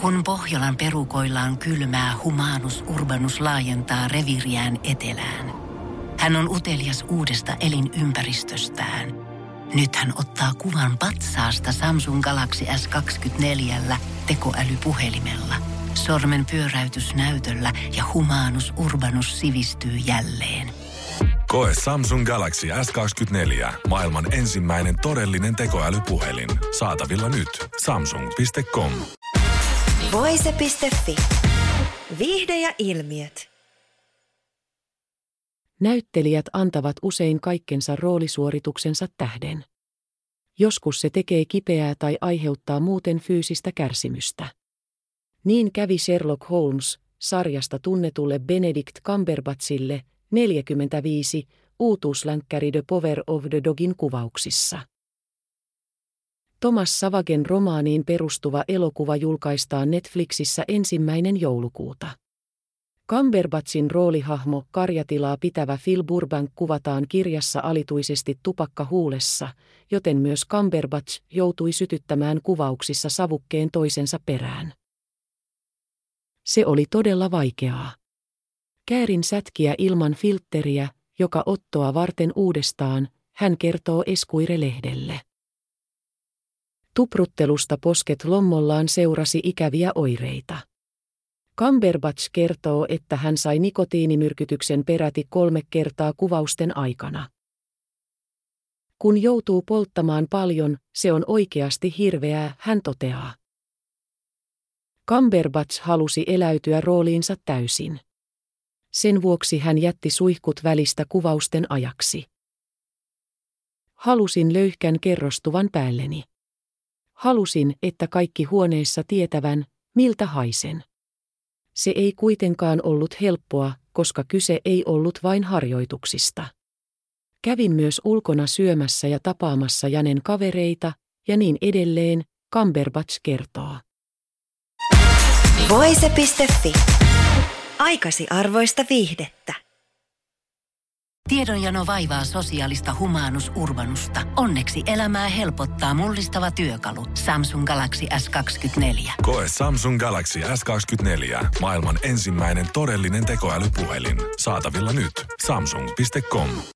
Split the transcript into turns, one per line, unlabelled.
Kun Pohjolan perukoillaan kylmää, Humanus Urbanus laajentaa reviiriään etelään. Hän on utelias uudesta elinympäristöstään. Nyt hän ottaa kuvan patsaasta Samsung Galaxy S24 tekoälypuhelimella. Sormen pyöräytys näytöllä ja Humanus Urbanus sivistyy jälleen.
Koe Samsung Galaxy S24. Maailman ensimmäinen todellinen tekoälypuhelin. Saatavilla nyt. Samsung.com.
Voise.fi. Viihde ja ilmiöt.
Näyttelijät antavat usein kaikkensa roolisuorituksensa tähden. Joskus se tekee kipeää tai aiheuttaa muuten fyysistä kärsimystä. Niin kävi Sherlock Holmes-sarjasta tunnetulle Benedict Cumberbatchille, 45, uutuuslänkkäri The Power of the Dogin kuvauksissa. Thomas Savagen romaaniin perustuva elokuva julkaistaan Netflixissä 1. joulukuuta. Cumberbatchin roolihahmo, karjatilaa pitävä Phil Burbank kuvataan kirjassa alituisesti tupakka huulessa, joten myös Cumberbatch joutui sytyttämään kuvauksissa savukkeen toisensa perään. Se oli todella vaikeaa. Käärin sätkiä ilman filtteriä, joka ottoa varten uudestaan, hän kertoo Esquire-lehdelle. Tupruttelusta posket lommollaan seurasi ikäviä oireita. Cumberbatch kertoo, että hän sai nikotiinimyrkytyksen peräti 3 kertaa kuvausten aikana. Kun joutuu polttamaan paljon, se on oikeasti hirveää, hän toteaa. Cumberbatch halusi eläytyä rooliinsa täysin. Sen vuoksi hän jätti suihkut välistä kuvausten ajaksi. Halusin löyhkän kerrostuvan päälleni. Halusin, että kaikki huoneessa tietävän, miltä haisen. Se ei kuitenkaan ollut helppoa, koska kyse ei ollut vain harjoituksista. Kävin myös ulkona syömässä ja tapaamassa Janen kavereita, ja niin edelleen, Cumberbatch kertoo.
Voise.fi. Aikasi arvoista viihdettä.
Tiedonjano vaivaa sosiaalista Humanus Urbanusta. Onneksi elämää helpottaa mullistava työkalu. Samsung Galaxy S24.
Koe Samsung Galaxy S24. Maailman ensimmäinen todellinen tekoälypuhelin. Saatavilla nyt. Samsung.com.